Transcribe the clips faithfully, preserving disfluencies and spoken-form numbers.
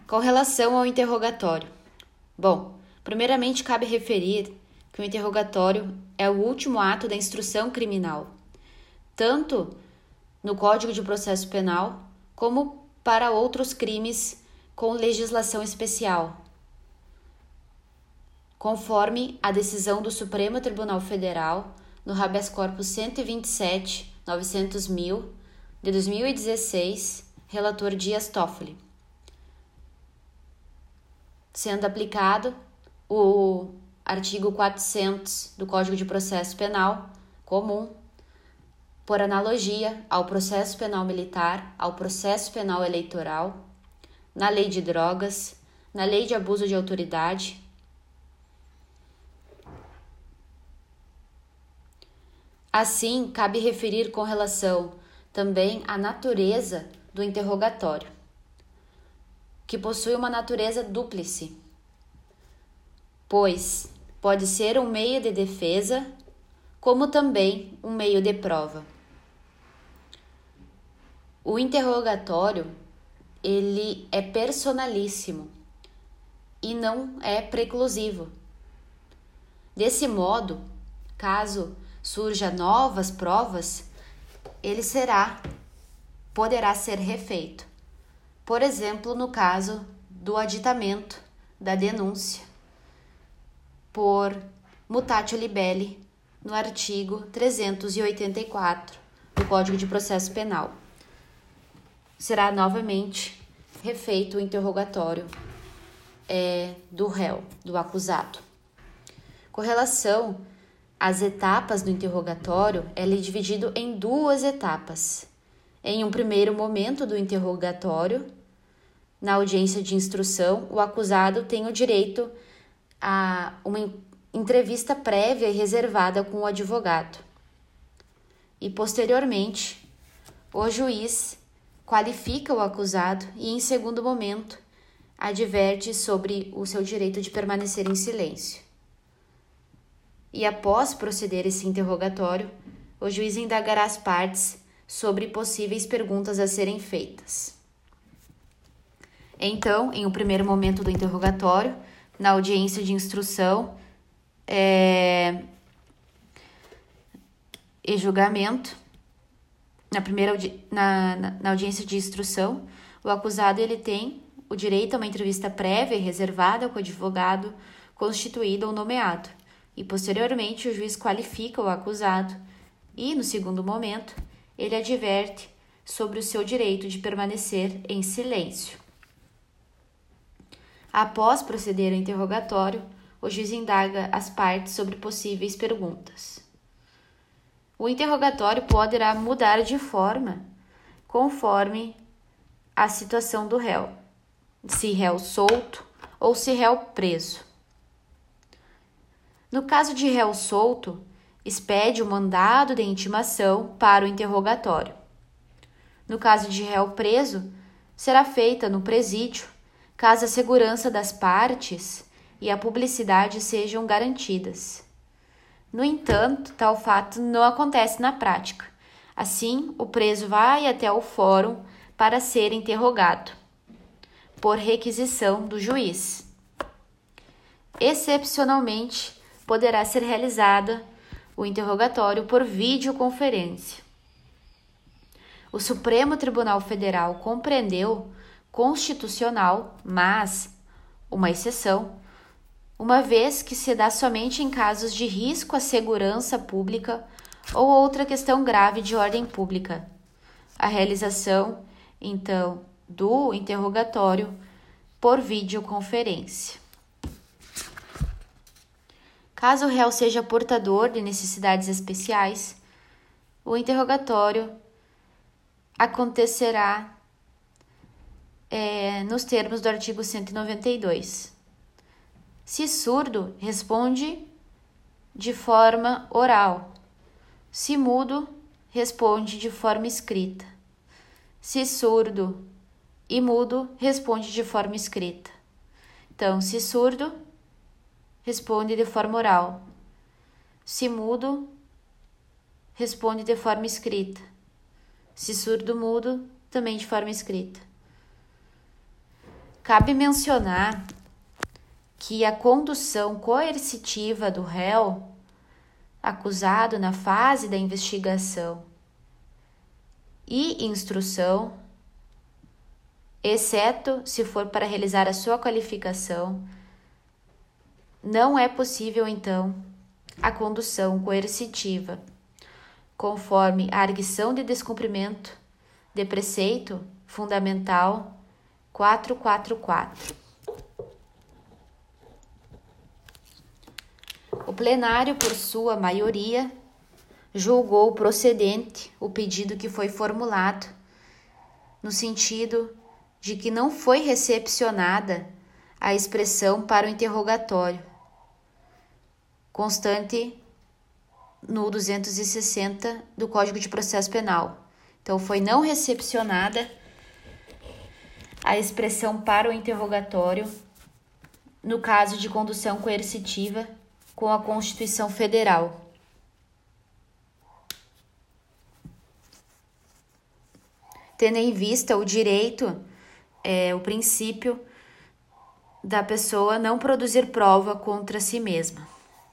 Com relação ao interrogatório. Bom, primeiramente cabe referir que o interrogatório é o último ato da instrução criminal, tanto no Código de Processo Penal como para outros crimes com legislação especial, conforme a decisão do Supremo Tribunal Federal no habeas corpus cento e vinte e sete, novecentos mil, de dois mil e dezesseis, relator Dias Toffoli, sendo aplicado o artigo quatrocentos do Código de Processo Penal comum, por analogia ao processo penal militar, ao processo penal eleitoral, na lei de drogas, na lei de abuso de autoridade. Assim, cabe referir com relação também à natureza do interrogatório, que possui uma natureza dúplice, pois pode ser um meio de defesa, como também um meio de prova. O interrogatório, ele é personalíssimo e não é preclusivo. Desse modo, caso surja novas provas, ele será, poderá ser refeito. Por exemplo, no caso do aditamento da denúncia por mutatio libelli, no artigo trezentos e oitenta e quatro do Código de Processo Penal. Será novamente refeito o interrogatório é, do réu, do acusado. Com relação às etapas do interrogatório, ele é dividido em duas etapas. Em um primeiro momento do interrogatório, na audiência de instrução, o acusado tem o direito a uma entrevista prévia e reservada com o advogado. E, posteriormente, o juiz qualifica o acusado e, em segundo momento, adverte sobre o seu direito de permanecer em silêncio. E, após proceder esse interrogatório, o juiz indagará as partes sobre possíveis perguntas a serem feitas. Então, em um primeiro momento do interrogatório, na audiência de instrução é, e julgamento, na primeira audi- na, na, na audiência de instrução, o acusado ele tem o direito a uma entrevista prévia e reservada com o advogado constituído ou nomeado. E, posteriormente, o juiz qualifica o acusado e, no segundo momento, ele adverte sobre o seu direito de permanecer em silêncio. Após proceder ao interrogatório, o juiz indaga as partes sobre possíveis perguntas. O interrogatório poderá mudar de forma conforme a situação do réu, se réu solto ou se réu preso. No caso de réu solto, expede o mandado de intimação para o interrogatório. No caso de réu preso, será feita no presídio, caso a segurança das partes e a publicidade sejam garantidas. No entanto, tal fato não acontece na prática. Assim, o preso vai até o fórum para ser interrogado, por requisição do juiz. Excepcionalmente, poderá ser realizada o interrogatório por videoconferência. O Supremo Tribunal Federal compreendeu constitucional, mas uma exceção, uma vez que se dá somente em casos de risco à segurança pública ou outra questão grave de ordem pública. A realização, então, do interrogatório por videoconferência. Caso o réu seja portador de necessidades especiais, o interrogatório acontecerá é, nos termos do artigo cento e noventa e dois. Se surdo, responde de forma oral. Se mudo, responde de forma escrita. Se surdo e mudo, responde de forma escrita. Então, se surdo, responde de forma oral. Se mudo, responde de forma escrita. Se surdo-mudo, também de forma escrita. Cabe mencionar que a condução coercitiva do réu acusado na fase da investigação e instrução, exceto se for para realizar a sua qualificação, não é possível, então, a condução coercitiva, conforme a arguição de descumprimento de preceito fundamental quatrocentos e quarenta e quatro. O plenário, por sua maioria, julgou procedente o pedido que foi formulado, no sentido de que não foi recepcionada a expressão para o interrogatório, constante no duzentos e sessenta do Código de Processo Penal. Então, foi não recepcionada a expressão para o interrogatório no caso de condução coercitiva com a Constituição Federal. Tendo em vista o direito, é, o princípio da pessoa não produzir prova contra si mesma.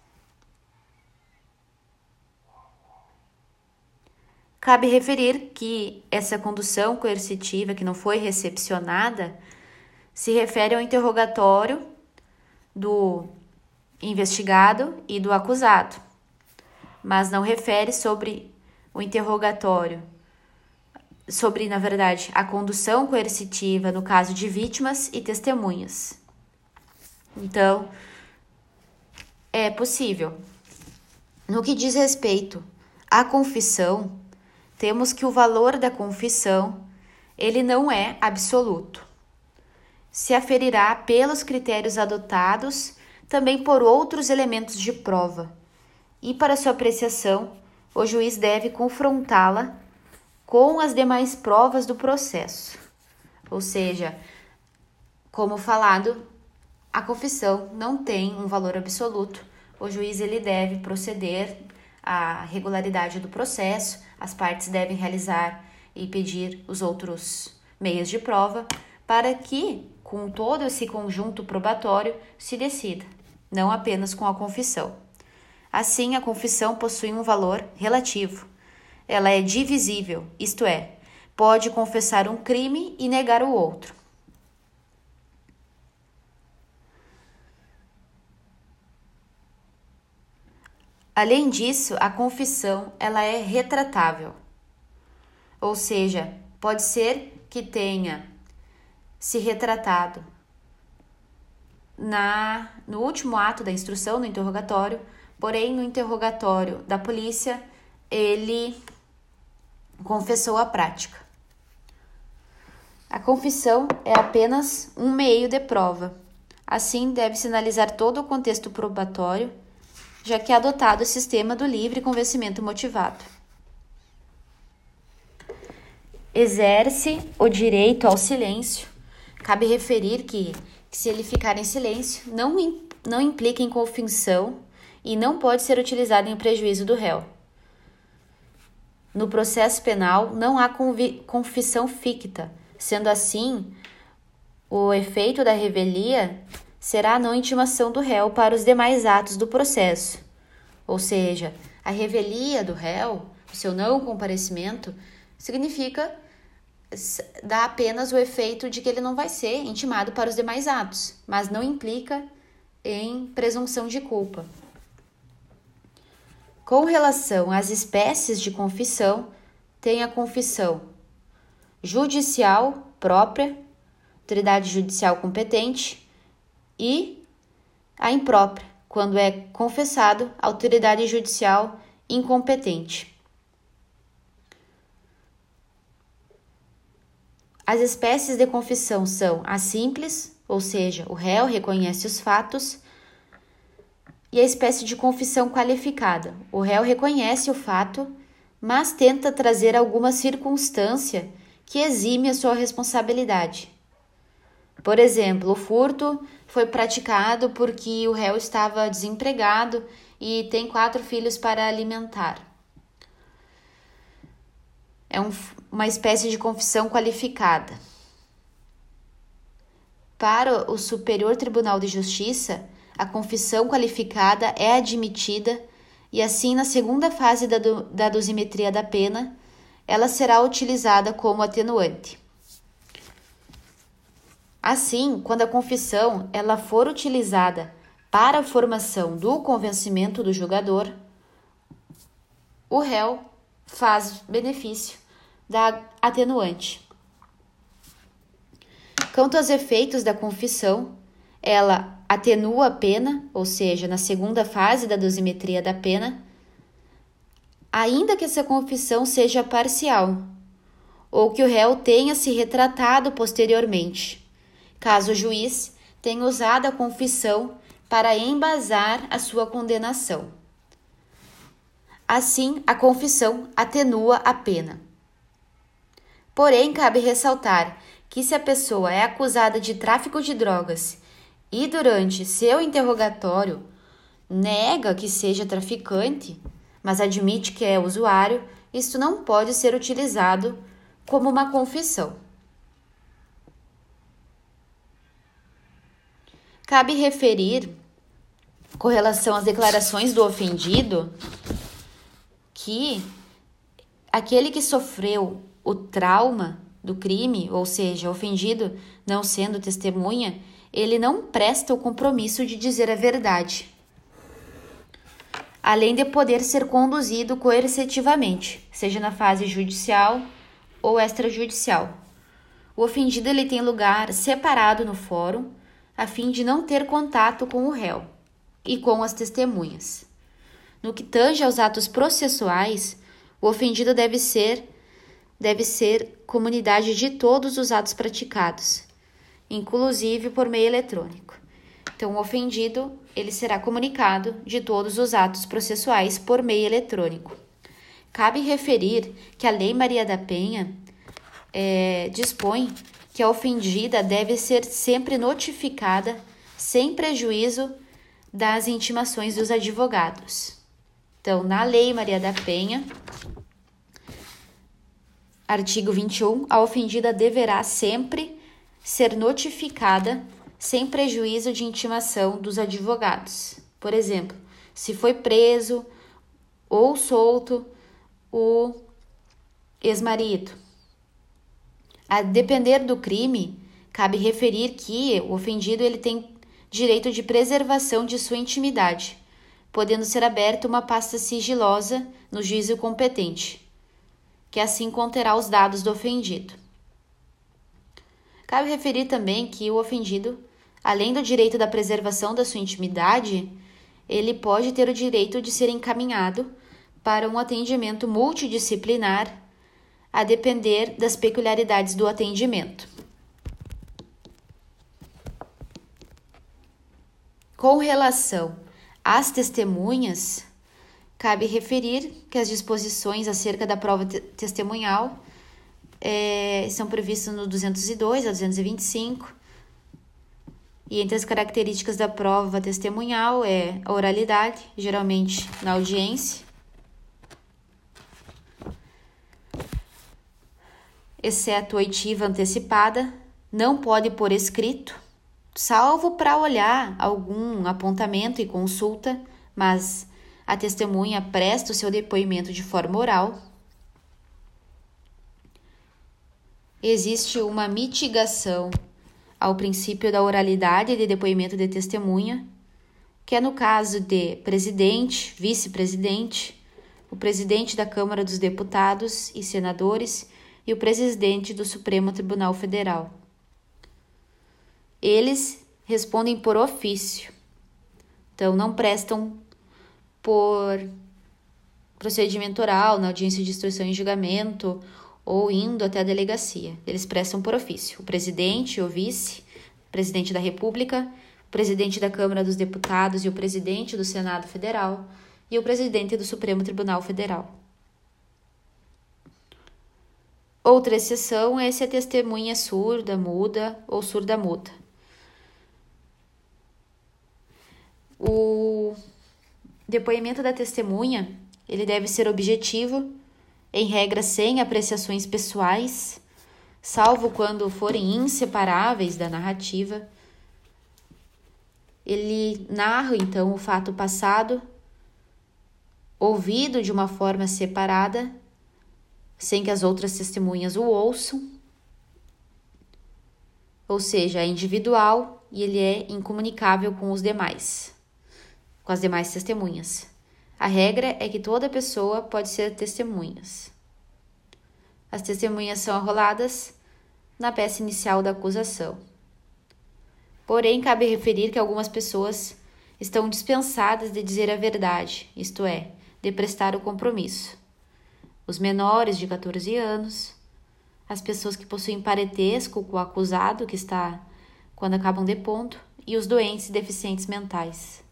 Cabe referir que essa condução coercitiva que não foi recepcionada se refere ao interrogatório do investigado e do acusado, mas não refere sobre o interrogatório, sobre, na verdade, a condução coercitiva no caso de vítimas e testemunhas. Então, é possível. No que diz respeito à confissão, temos que o valor da confissão, ele não é absoluto. Se aferirá pelos critérios adotados, também por outros elementos de prova. E para sua apreciação, o juiz deve confrontá-la com as demais provas do processo. Ou seja, como falado, a confissão não tem um valor absoluto. O juiz ele deve proceder à regularidade do processo, as partes devem realizar e pedir os outros meios de prova para que, com todo esse conjunto probatório, se decida, não apenas com a confissão. Assim, a confissão possui um valor relativo. Ela é divisível, isto é, pode confessar um crime e negar o outro. Além disso, a confissão ela é retratável, ou seja, pode ser que tenha se retratado na, no último ato da instrução, no interrogatório, porém no interrogatório da polícia ele confessou a prática. A confissão é apenas um meio de prova. Assim, deve-se analisar todo o contexto probatório, já que é adotado o sistema do livre convencimento motivado. Exerce o direito ao silêncio. Cabe referir que, que se ele ficar em silêncio, não, não implica em confissão e não pode ser utilizado em prejuízo do réu. No processo penal, não há confissão ficta. Sendo assim, o efeito da revelia será a não intimação do réu para os demais atos do processo. Ou seja, a revelia do réu, o seu não comparecimento, significa dar apenas o efeito de que ele não vai ser intimado para os demais atos, mas não implica em presunção de culpa. Com relação às espécies de confissão, tem a confissão judicial própria, autoridade judicial competente, e a imprópria, quando é confessado autoridade judicial incompetente. As espécies de confissão são a simples, ou seja, o réu reconhece os fatos, e a espécie de confissão qualificada. O réu reconhece o fato, mas tenta trazer alguma circunstância que exime a sua responsabilidade. Por exemplo, o furto foi praticado porque o réu estava desempregado e tem quatro filhos para alimentar. É um, uma espécie de confissão qualificada. Para o Superior Tribunal de Justiça, a confissão qualificada é admitida e assim, na segunda fase da, do, da dosimetria da pena, ela será utilizada como atenuante. Assim, quando a confissão ela for utilizada para a formação do convencimento do julgador, o réu faz benefício da atenuante. Quanto aos efeitos da confissão, ela atenua a pena, ou seja, na segunda fase da dosimetria da pena, ainda que essa confissão seja parcial, ou que o réu tenha se retratado posteriormente, caso o juiz tenha usado a confissão para embasar a sua condenação. Assim, a confissão atenua a pena. Porém, cabe ressaltar que se a pessoa é acusada de tráfico de drogas e durante seu interrogatório nega que seja traficante, mas admite que é usuário, isso não pode ser utilizado como uma confissão. Cabe referir, com relação às declarações do ofendido, que aquele que sofreu o trauma do crime, ou seja, o ofendido não sendo testemunha, ele não presta o compromisso de dizer a verdade, além de poder ser conduzido coercitivamente, seja na fase judicial ou extrajudicial. O ofendido ele tem lugar separado no fórum, a fim de não ter contato com o réu e com as testemunhas. No que tange aos atos processuais, o ofendido deve ser, deve ser comunidade de todos os atos praticados, inclusive por meio eletrônico. Então, o ofendido ele será comunicado de todos os atos processuais por meio eletrônico. Cabe referir que a Lei Maria da Penha é, dispõe que a ofendida deve ser sempre notificada sem prejuízo das intimações dos advogados. Então, na Lei Maria da Penha, artigo vinte e um, a ofendida deverá sempre ser notificada sem prejuízo de intimação dos advogados. Por exemplo, se foi preso ou solto o ex-marido. A depender do crime, cabe referir que o ofendido ele tem direito de preservação de sua intimidade, podendo ser aberta uma pasta sigilosa no juízo competente, que assim conterá os dados do ofendido. Cabe referir também que o ofendido, além do direito da preservação da sua intimidade, ele pode ter o direito de ser encaminhado para um atendimento multidisciplinar, a depender das peculiaridades do atendimento. Com relação às testemunhas, cabe referir que as disposições acerca da prova te- testemunhal é, são previstas no duzentos e dois a duzentos e vinte e cinco, e entre as características da prova testemunhal é a oralidade, geralmente na audiência, exceto oitiva antecipada, não pode por escrito, salvo para olhar algum apontamento e consulta, mas a testemunha presta o seu depoimento de forma oral. Existe uma mitigação ao princípio da oralidade de depoimento de testemunha, que é no caso de presidente, vice-presidente, o presidente da Câmara dos Deputados e senadores e o presidente do Supremo Tribunal Federal. Eles respondem por ofício, então não prestam por procedimento oral, na audiência de instrução em julgamento ou indo até a delegacia. Eles prestam por ofício. O presidente, o vice, presidente da República, o presidente da Câmara dos Deputados e o presidente do Senado Federal e o presidente do Supremo Tribunal Federal. Outra exceção é se a testemunha é surda, muda ou surda-muda. O depoimento da testemunha ele deve ser objetivo, em regra sem apreciações pessoais, salvo quando forem inseparáveis da narrativa. Ele narra, então, o fato passado, ouvido de uma forma separada, sem que as outras testemunhas o ouçam, ou seja, é individual e ele é incomunicável com os demais, com as demais testemunhas. A regra é que toda pessoa pode ser testemunhas. As testemunhas são arroladas na peça inicial da acusação. Porém, cabe referir que algumas pessoas estão dispensadas de dizer a verdade, isto é, de prestar o compromisso. Os menores de catorze anos, as pessoas que possuem parentesco com o acusado, que está quando acabam depondo, e os doentes e deficientes mentais.